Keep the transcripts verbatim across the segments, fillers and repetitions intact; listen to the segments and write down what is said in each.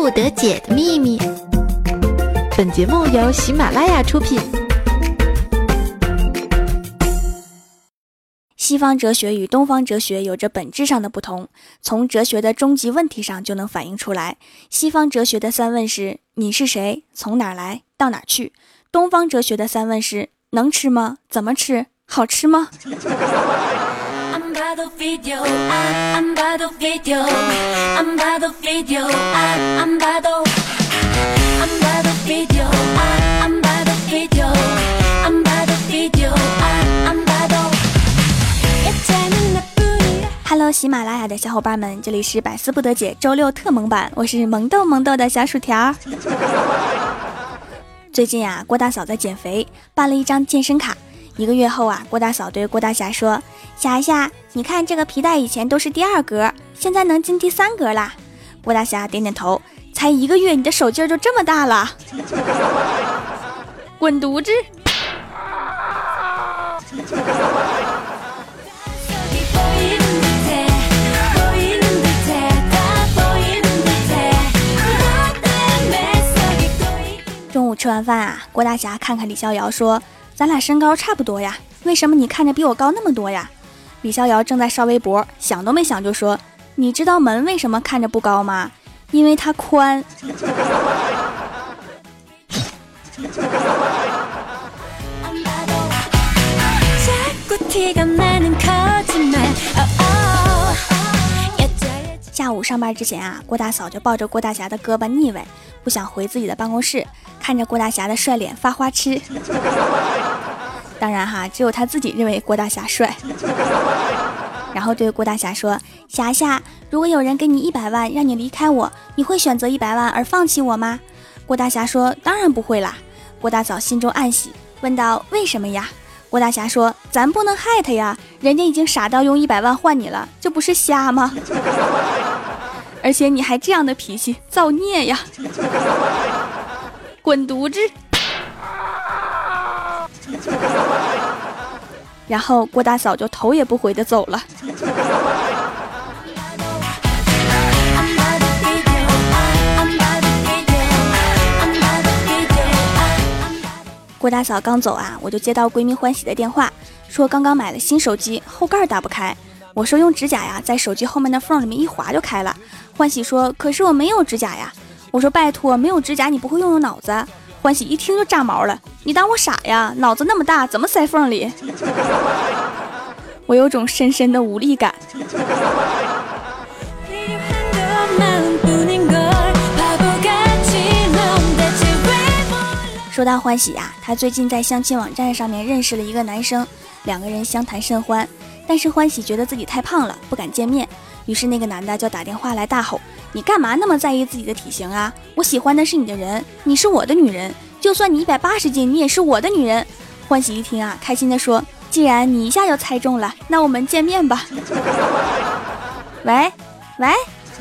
不得解的秘密。本节目由喜马拉雅出品。 西方哲学与东方哲学有着本质上的不同，从哲学的终极问题上就能反映出来。西方哲学的三问是：你是谁？从哪儿来？到哪儿去？东方哲学的三问是：能吃吗？怎么吃？好吃吗？Hello， 喜马拉雅的小伙伴们，这里是百思不得解周六特萌版，我是萌豆萌豆的小薯条。最近啊，郭大嫂在减肥，办了一张健身卡。一个月后啊，郭大嫂对郭大侠说：“侠侠，你看这个皮带以前都是第二格，现在能进第三格啦。”郭大侠点点头，才一个月，你的手劲儿就这么大了？滚犊子！中午吃完饭啊，郭大侠看看李逍遥说：“咱俩身高差不多呀，为什么你看着比我高那么多呀？”李逍遥正在刷微博，想都没想就说：“你知道门为什么看着不高吗？因为它宽。”下午上班之前啊，郭大嫂就抱着郭大侠的胳膊腻歪，不想回自己的办公室，看着郭大侠的帅脸发花痴。当然哈，只有他自己认为郭大侠帅。然后对郭大侠说：“侠侠，如果有人给你一百万让你离开我，你会选择一百万而放弃我吗？”郭大侠说：“当然不会啦。”郭大嫂心中暗喜，问道：“为什么呀？”郭大侠说：“咱不能害他呀，人家已经傻到用一百万换你了，这不是瞎吗？而且你还这样的脾气，造孽呀！滚犊子！”然后郭大嫂就头也不回地走了。郭大嫂刚走啊，我就接到闺蜜欢喜的电话，说刚刚买了新手机，后盖打不开。我说用指甲呀，在手机后面的缝里面一划就开了。欢喜说：“可是我没有指甲呀。”我说：“拜托，没有指甲你不会用用脑子？”欢喜一听就炸毛了：“你当我傻呀？脑子那么大，怎么塞缝里？”我有种深深的无力感。说到欢喜呀、啊，她最近在相亲网站上面认识了一个男生，两个人相谈甚欢。但是欢喜觉得自己太胖了，不敢见面，于是那个男的就打电话来大吼：“你干嘛那么在意自己的体型啊？我喜欢的是你的人，你是我的女人，就算你一百八十斤，你也是我的女人。”欢喜一听啊，开心地说：“既然你一下就猜中了，那我们见面吧。”喂喂。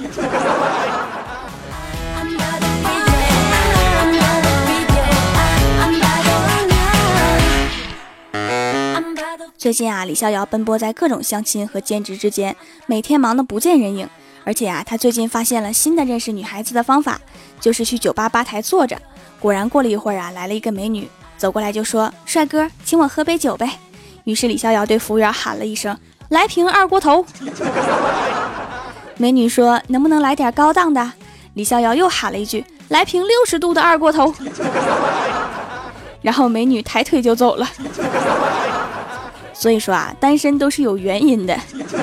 最近啊，李逍遥奔波在各种相亲和兼职之间，每天忙得不见人影。而且啊，他最近发现了新的认识女孩子的方法，就是去酒吧吧台坐着。果然过了一会儿啊，来了一个美女，走过来就说：“帅哥，请我喝杯酒呗。”于是李逍遥对服务员喊了一声：“来瓶二锅头。”美女说：“能不能来点高档的？”李逍遥又喊了一句：“来瓶六十度的二锅头。”然后美女抬腿就走了。所以说啊，单身都是有原因的。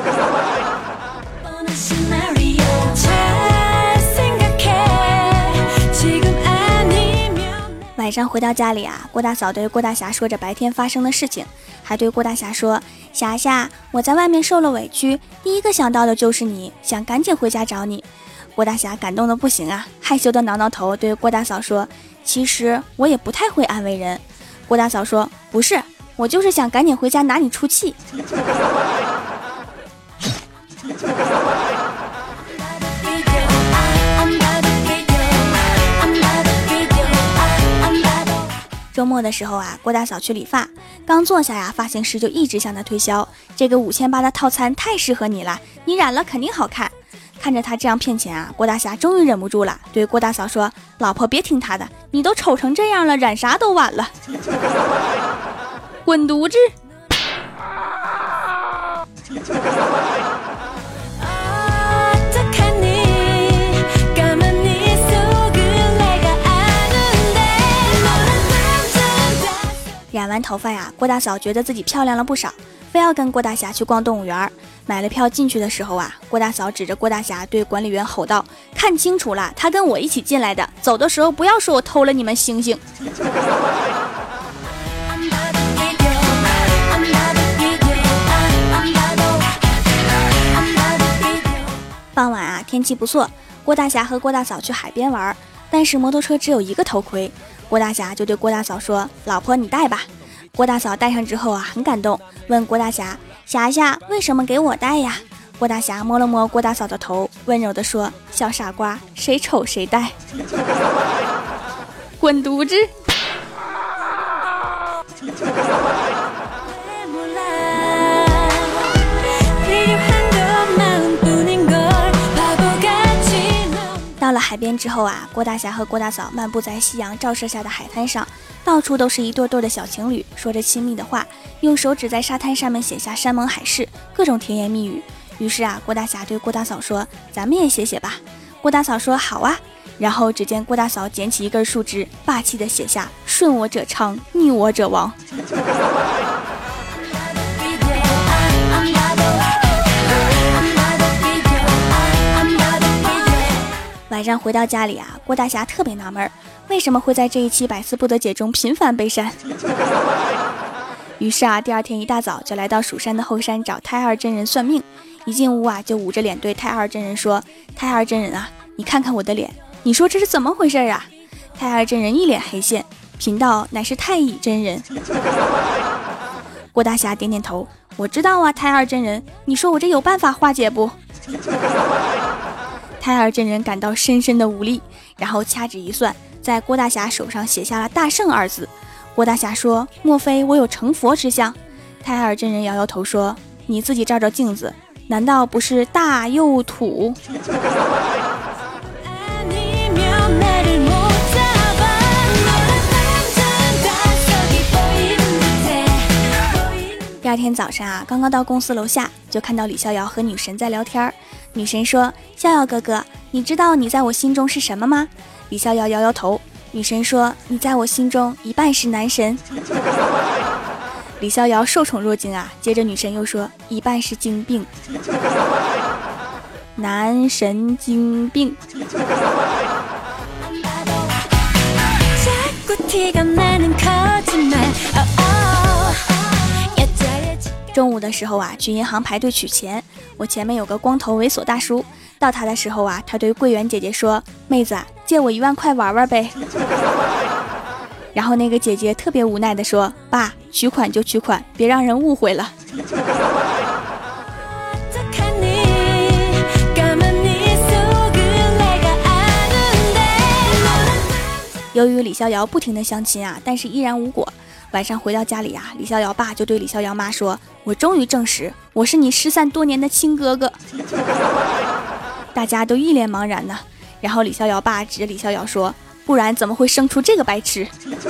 晚上回到家里啊，郭大嫂对郭大侠说着白天发生的事情，还对郭大侠说：“侠侠，我在外面受了委屈，第一个想到的就是你，想赶紧回家找你。”郭大侠感动的不行啊，害羞的挠挠头，对郭大嫂说：“其实我也不太会安慰人。”郭大嫂说：“不是，我就是想赶紧回家拿你出气。”周末的时候啊，郭大嫂去理发，刚坐下呀，发型师就一直向她推销这个五千八的套餐太适合你了，你染了肯定好看。 看着他这样骗钱啊，郭大侠终于忍不住了，对郭大嫂说：“老婆别听他的，你都丑成这样了，染啥都晚了。”滚犊子！染完头发呀，郭大嫂觉得自己漂亮了不少，非要跟郭大侠去逛动物园。买了票进去的时候啊，郭大嫂指着郭大侠对管理员吼道：“看清楚了，他跟我一起进来的，走的时候不要说我偷了你们星星。”傍晚啊，天气不错，郭大侠和郭大嫂去海边玩，但是摩托车只有一个头盔。郭大侠就对郭大嫂说：“老婆你戴吧。”郭大嫂戴上之后啊，很感动，问郭大侠：“侠侠，为什么给我戴呀？”郭大侠摸了摸郭大嫂的头，温柔地说：“小傻瓜，谁丑谁戴。”滚犊子！到了海边之后啊，郭大侠和郭大嫂漫步在夕阳照射下的海滩上，到处都是一对对的小情侣，说着亲密的话，用手指在沙滩上面写下山盟海誓，各种甜言蜜语。于是啊，郭大侠对郭大嫂说：“咱们也写写吧。”郭大嫂说：“好啊。”然后只见郭大嫂捡起一根树枝，霸气地写下：“顺我者昌，逆我者亡。”晚上回到家里啊，郭大侠特别纳闷，为什么会在这一期百思不得解中频繁被删。于是啊，第二天一大早就来到蜀山的后山找太二真人算命。一进屋啊，就捂着脸对太二真人说：“太二真人啊，你看看我的脸，你说这是怎么回事啊？”太二真人一脸黑线，贫道乃是太乙真人。郭大侠点点头：“我知道啊，太二真人，你说我这有办法化解不？”太二真人感到深深的无力，然后掐指一算，在郭大侠手上写下了大圣二字。郭大侠说：“莫非我有成佛之相？”太二真人摇摇头说：“你自己照照镜子，难道不是大又土？”第二天早上啊，刚刚到公司楼下，就看到李逍遥和女神在聊天。女神说：“逍遥哥哥，你知道你在我心中是什么吗？”李逍遥摇摇头。女神说：“你在我心中一半是男神。”李逍遥受宠若惊啊，接着女神又说：“一半是精病。”男神经病。中午的时候啊，去银行排队取钱，我前面有个光头猥琐大叔，到他的时候啊，他对柜员姐姐说：“妹子，借我一万块玩玩呗。”然后那个姐姐特别无奈地说：“爸，取款就取款，别让人误会了。”由于李逍遥不停地相亲啊，但是依然无果。晚上回到家里啊，李逍遥爸就对李逍遥妈说：“我终于证实我是你失散多年的亲哥哥。”大家都一脸茫然呢。然后李逍遥爸指着李逍遥说：“不然怎么会生出这个白痴？”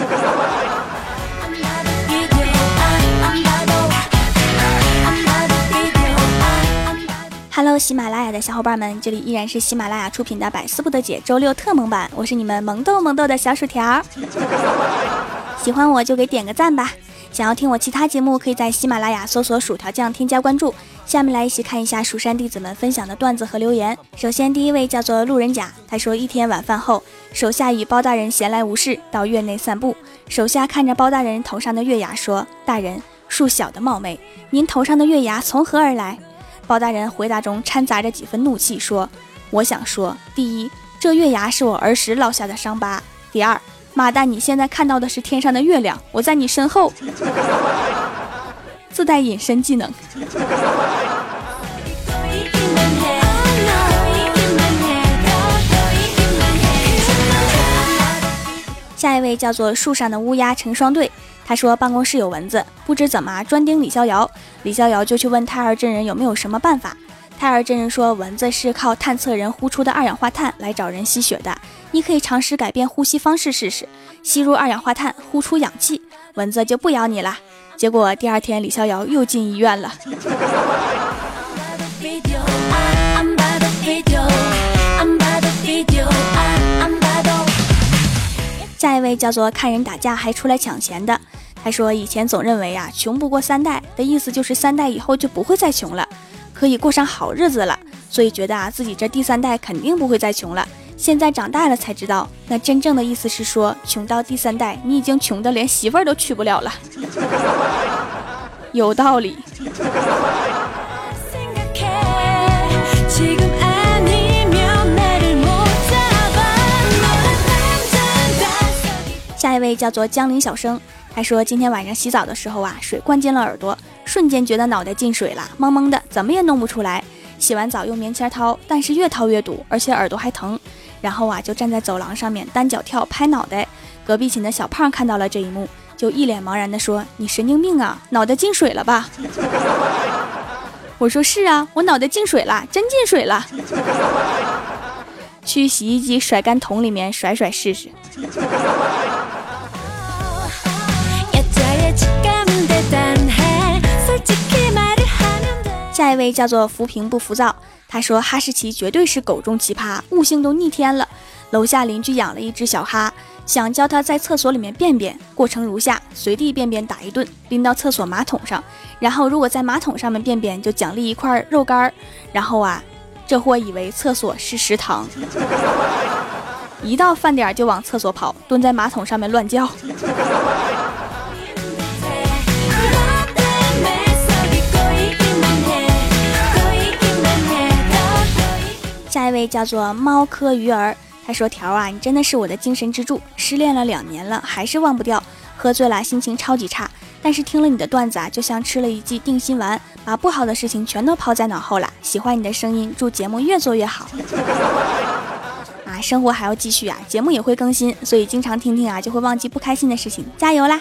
Hello， 喜马拉雅的小伙伴们，这里依然是喜马拉雅出品的百思不得解周六特萌版，我是你们萌豆萌豆的小薯条。喜欢我就给点个赞吧。想要听我其他节目，可以在喜马拉雅搜索薯条酱添加关注。下面来一起看一下蜀山弟子们分享的段子和留言。首先第一位叫做路人甲，他说一天晚饭后，手下与包大人闲来无事，到院内散步。手下看着包大人头上的月牙说：“大人，恕小的冒昧，您头上的月牙从何而来？”包大人回答中掺杂着几分怒气说：“我想说，第一，这月牙是我儿时落下的伤疤；第二，妈蛋，你现在看到的是天上的月亮，我在你身后。”自带隐身技能。下一位叫做树上的乌鸦成双对，他说办公室有蚊子，不知怎么专盯李逍遥，李逍遥就去问太二真人有没有什么办法。太泰尔真人说，蚊子是靠探测人呼出的二氧化碳来找人吸血的，你可以尝试改变呼吸方式试试，吸入二氧化碳，呼出氧气，蚊子就不咬你了。结果第二天李逍遥又进医院了。下一位叫做看人打架还出来抢钱的，他说以前总认为啊，穷不过三代的意思就是三代以后就不会再穷了，可以过上好日子了，所以觉得啊自己这第三代肯定不会再穷了。现在长大了才知道，那真正的意思是说，穷到第三代你已经穷得连媳妇儿都娶不了了。有道理。下一位叫做江林小生，他说今天晚上洗澡的时候啊，水灌进了耳朵，瞬间觉得脑袋进水了，懵懵的，怎么也弄不出来。洗完澡用棉签掏，但是越掏越堵，而且耳朵还疼。然后啊，就站在走廊上面单脚跳拍脑袋。隔壁寝的小胖看到了这一幕，就一脸茫然地说：“你神经病啊，脑袋进水了吧？”我说：“是啊，我脑袋进水了，真进水了。”去洗衣机甩干桶里面甩甩试试。下一位叫做浮萍不浮躁，他说哈士奇绝对是狗中奇葩，悟性都逆天了。楼下邻居养了一只小哈，想教他在厕所里面便便，过程如下：随地便便打一顿，拎到厕所马桶上，然后如果在马桶上面便便就奖励一块肉干，然后啊这货以为厕所是食堂，一到饭点就往厕所跑，蹲在马桶上面乱叫。下一位叫做猫科鱼儿，他说条啊，你真的是我的精神支柱，失恋了两年了还是忘不掉，喝醉了心情超级差，但是听了你的段子啊，就像吃了一剂定心丸，把不好的事情全都抛在脑后了。喜欢你的声音，祝节目越做越好。啊，生活还要继续啊，节目也会更新，所以经常听听啊，就会忘记不开心的事情，加油啦！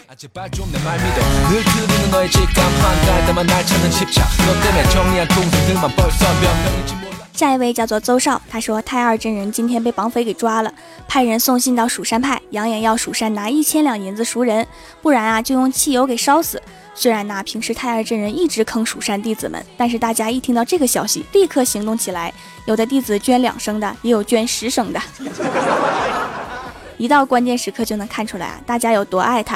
下一位叫做邹少，他说太二真人今天被绑匪给抓了，派人送信到蜀山派，扬言要蜀山拿一千两银子赎人，不然啊就用汽油给烧死。虽然呢平时太二真人一直坑蜀山弟子们，但是大家一听到这个消息立刻行动起来，有的弟子捐两升的，也有捐十升的。一到关键时刻就能看出来啊，大家有多爱他。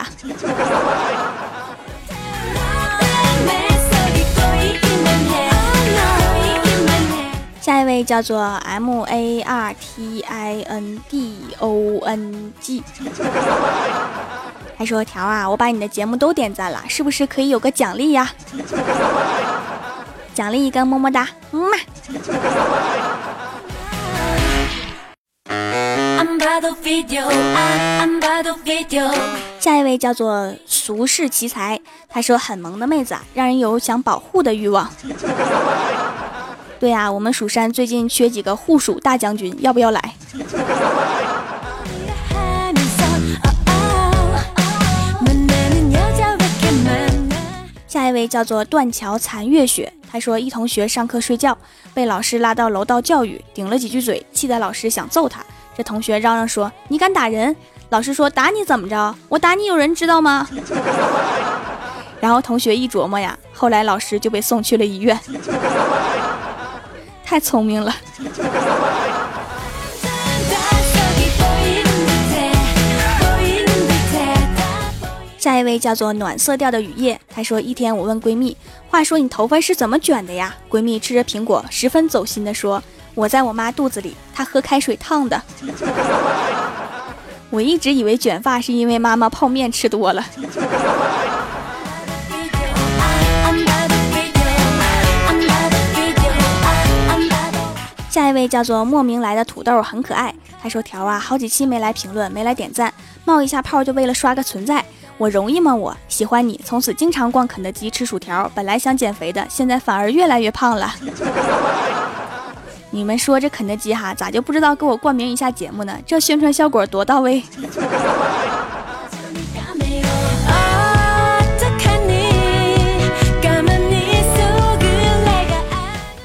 下一位叫做 M A R T I N D O N G， 还说条啊，我把你的节目都点赞了，是不是可以有个奖励呀？奖励一个么么哒，嗯嘛。下一位叫做俗世奇才，他说很萌的妹子啊，让人有想保护的欲望。对啊，我们蜀山最近缺几个护蜀大将军，要不要来？下一位叫做断桥残月雪，他说一同学上课睡觉，被老师拉到楼道教育，顶了几句嘴，气得老师想揍他。这同学嚷嚷说：“你敢打人？”老师说：“打你怎么着？我打你有人知道吗？”然后同学一琢磨呀，后来老师就被送去了医院。太聪明了。下一位叫做暖色调的雨夜，他说一天我问闺蜜，话说你头发是怎么卷的呀？闺蜜吃着苹果十分走心的说，我在我妈肚子里，她喝开水烫的。我一直以为卷发是因为妈妈泡面吃多了。下一位叫做莫名来的土豆很可爱，他说条啊，好几期没来评论，没来点赞，冒一下泡就为了刷个存在，我容易吗？我喜欢你，从此经常逛肯德基吃薯条，本来想减肥的，现在反而越来越胖了。你们说这肯德基哈，咋就不知道给我冠名一下节目呢？这宣传效果多到位。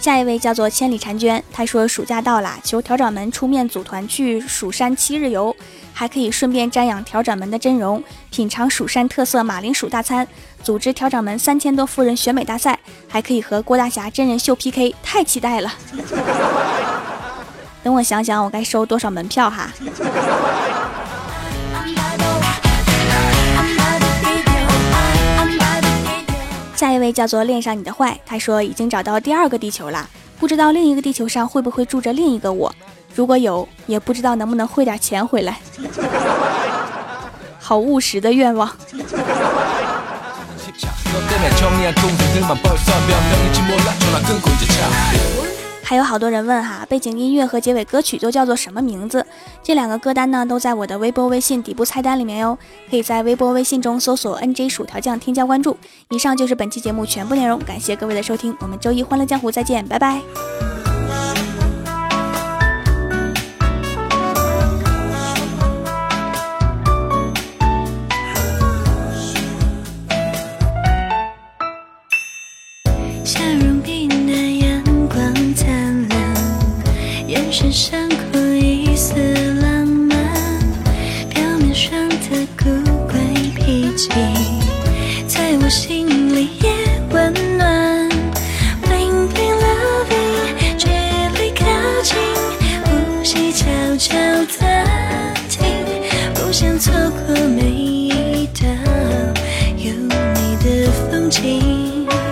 下一位叫做千里婵娟，她说暑假到啦，求调掌门出面组团去蜀山七日游，还可以顺便瞻仰调掌门的真容，品尝蜀山特色马铃薯大餐，组织调掌门三千多夫人选美大赛，还可以和郭大侠真人秀 P K， 太期待了。等我想想我该收多少门票哈。下一位叫做恋上你的坏，他说已经找到第二个地球了，不知道另一个地球上会不会住着另一个我，如果有，也不知道能不能汇点钱回来。好务实的愿望。还有好多人问哈，背景音乐和结尾歌曲都叫做什么名字？这两个歌单呢，都在我的微博微信底部菜单里面哟，可以在微博微信中搜索 N J 薯条酱添加关注。以上就是本期节目全部内容，感谢各位的收听，我们周一欢乐江湖再见，拜拜。 身上过一丝浪漫，表面上的古怪脾气，在我心里也温暖。Bling bling loving， 距离靠近，呼吸悄悄暂停，不想错过每一道有你的风景。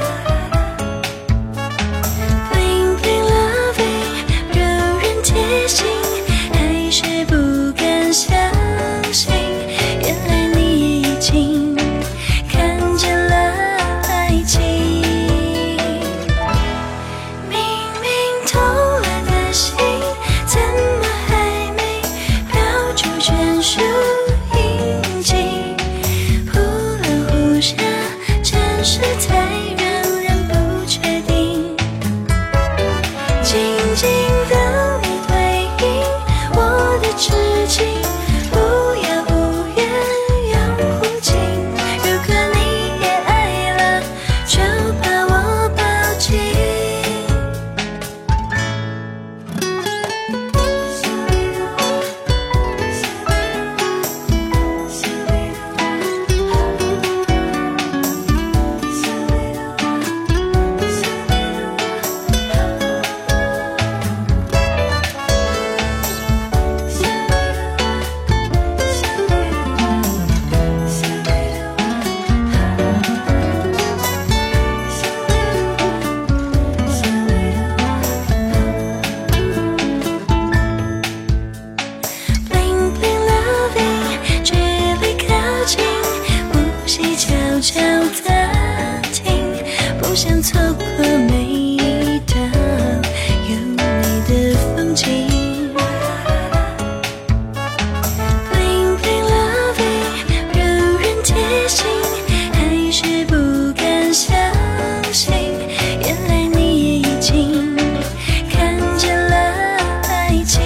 不想错过每一道有你的风景。Bling bling loving， 柔软贴心，还是不敢相信，原来你也已经看见了爱情。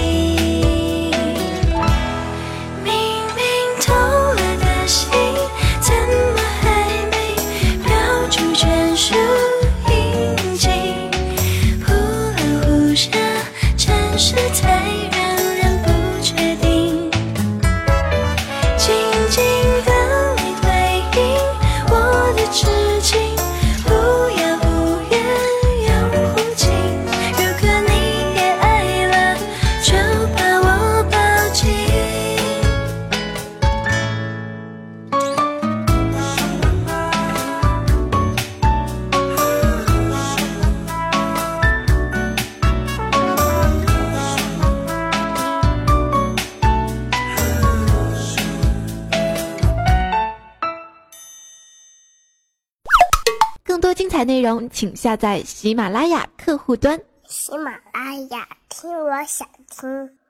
明明透了的心，怎么还没标出全数？是太让人不确定，静静等你回应我的痴情，不要忽远又忽近。如果你也爱了，就把我抱紧。 更多精彩内容请下载喜马拉雅客户端。 喜马拉雅，听我想听。